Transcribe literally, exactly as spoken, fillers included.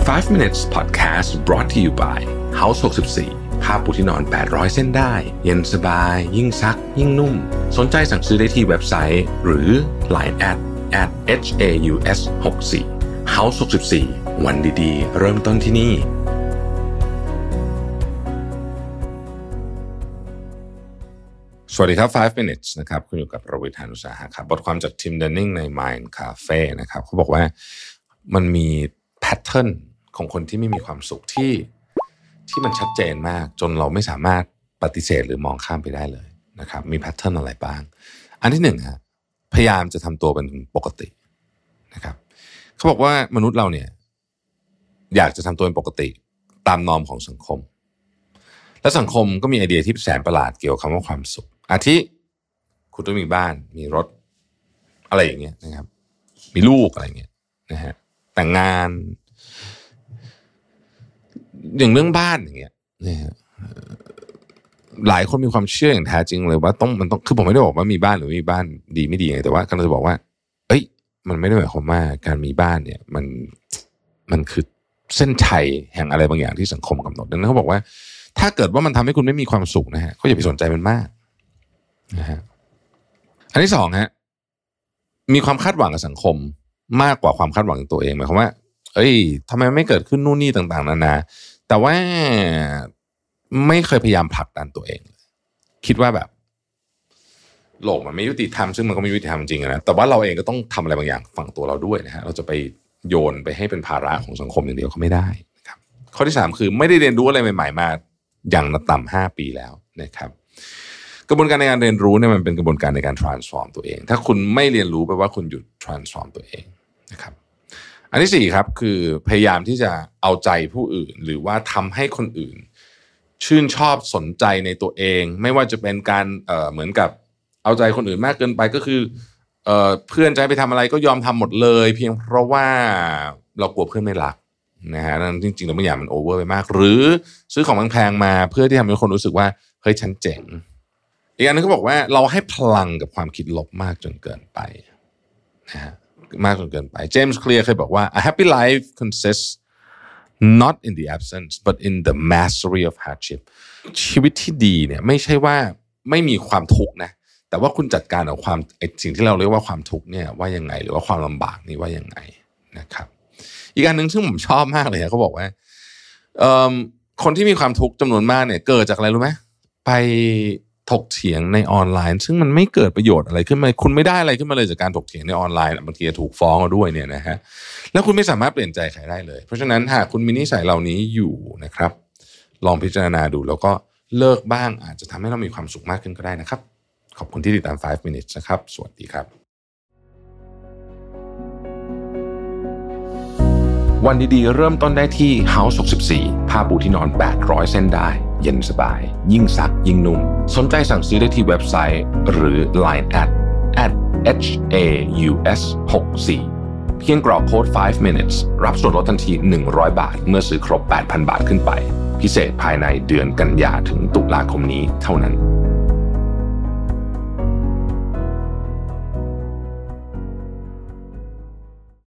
five minutes podcast brought to you by House หกสิบสี่ผ้าปูที่นอนแปดร้อยเส้นได้เย็นสบายยิ่งซักยิ่งนุ่มสนใจสั่งซื้อได้ที่เว็บไซต์หรือ ไลน์ แอท แอท เอช เอ ยู เอส หกสิบสี่ House หกสิบสี่วันดีๆเริ่มต้นที่นี่สวัสดีครับfive minutes นะครับคุณอยู่กับประวิทย์ หาญอุตสาหะครับบทความจาก Tim Denning ใน Mind Cafe นะครับเขาบอกว่ามันมีแพทเทิร์นของคนที่ไม่มีความสุขที่ที่มันชัดเจนมากจนเราไม่สามารถปฏิเสธหรือมองข้ามไปได้เลยนะครับมีแพทเทิร์นอะไรบ้างอันที่หนึ่งฮะพยายามจะทำตัวเป็นปกตินะครับเขาบอกว่ามนุษย์เราเนี่ยอยากจะทำตัวเป็นปกติตามนอร์มของสังคมและสังคมก็มีไอเดียที่แสนประหลาดเกี่ยวกับคำว่าความสุขอาทิคุณต้องมีบ้านมีรถอะไรอย่างเงี้ยนะครับมีลูกอะไรอย่างเงี้ยนะฮะแต่งงานอย่างเรื่องบ้านอย่างเงี้ยนะฮะหลายคนมีความเชื่ออย่างแท้จริงเลยว่าต้องมันต้องคือผมไม่ได้บอกว่ามีบ้านหรือไม่มีบ้านดีไม่ดีไงแต่ว่ากำลังจะบอกว่าเอ้ยมันไม่ได้หมายความว่าการมีบ้านเนี่ยมันมันคือเส้นชัยแห่งอะไรบางอย่างที่สังคมกำหนดดังนั้นเขาบอกว่าถ้าเกิดว่ามันทำให้คุณไม่มีความสุขนะฮะก็อย่าไปสนใจมันมากนะฮะอันที่สองฮะมีความคาดหวังกับสังคมมากกว่าความคาดหวังของตัวเองหมายความว่าเอ้ยทำไมไม่เกิดขึ้นนู่นนี่ต่างๆนานาแต่ว่าไม่เคยพยายามผลักดันตัวเองคิดว่าแบบโลกมันไม่ยุติธรรมซึ่งมันก็ไม่ยุติธรรมจริงนะแต่ว่าเราเองก็ต้องทำอะไรบางอย่างฝั่งตัวเราด้วยนะฮะเราจะไปโยนไปให้เป็นภาระของสังคมอย่างเดียวก็ไม่ได้นะครับข้อที่สามคือไม่ได้เรียนรู้อะไรใหม่ๆมาอย่างต่ำห้าปีแล้วนะครับกระบวนการในการเรียนรู้เนี่ยมันเป็นกระบวนการในการ transform ตัวเองถ้าคุณไม่เรียนรู้แปลว่าคุณหยุด transform ตัวเองนะครับอันที่สี่ครับคือพยายามที่จะเอาใจผู้อื่นหรือว่าทำให้คนอื่นชื่นชอบสนใจในตัวเองไม่ว่าจะเป็นการเอ่อเหมือนกับเอาใจคนอื่นมากเกินไปก็คือเอ่อเพื่อนจะไปทำอะไรก็ยอมทำหมดเลยเพียงเพราะว่าเรากลัวเพื่อนไม่รักนะฮะนั่นจริงๆแล้วบางอย่างมันโอเวอร์ไปมากหรือซื้อของแพงๆมาเพื่อที่ทำให้คนรู้สึกว่าเฮ้ยฉันเจ๋งอีกอันนึงเขาบอกว่าเราให้พลังกับความคิดลบมากจนเกินไปนะฮะมากจนเกินไปเจมส์เคลียร์เคยบอกว่า a happy life consists not in the absence but in the mastery of hardship ชีวิตที่ดีเนี่ยไม่ใช่ว่าไม่มีความทุกข์นะแต่ว่าคุณจัดการกับความไอ้สิ่งที่เราเรียกว่าความทุกข์เนี่ยว่ายังไงหรือว่าความลำบากนี่ว่ายังไงนะครับอีกอันนึงซึ่งผมชอบมากเลยเขาบอกว่าคนที่มีความทุกข์จำนวนมากเนี่ยเกิดจากอะไรรู้ไหมไปถกเถียงในออนไลน์ซึ่งมันไม่เกิดประโยชน์อะไรขึ้นมาคุณไม่ได้อะไรขึ้นมาเลยจากการถกเถียงในออนไลน์บางทีถูกฟ้องเอาด้วยเนี่ยนะฮะแล้วคุณไม่สามารถเปลี่ยนใจใครได้เลยเพราะฉะนั้นหากคุณมีนิสัยเหล่านี้อยู่นะครับลองพิจารณาดูแล้วก็เลิกบ้างอาจจะทำให้เรามีความสุขมากขึ้นก็ได้นะครับขอบคุณที่ติดตามfive minutes นะครับสวัสดีครับวันดีๆเริ่มต้นได้ที่ House หกสิบสี่ผ้าปูที่นอนแปดร้อยเส้นได้เย็นสบายยิ่งซักยิ่งนุ่มสนใจสั่งซื้อได้ที่เว็บไซต์หรือ ไลน์ แอท แอท เอช เอ ยู เอส หกสิบสี่เพียงกรอกโค้ดfive minutes รับส่วนลดทันทีหนึ่งร้อยบาทเมื่อซื้อครบ แปดพัน บาทขึ้นไปพิเศษภายในเดือนกันยาถึงตุลาคมนี้เท่านั้น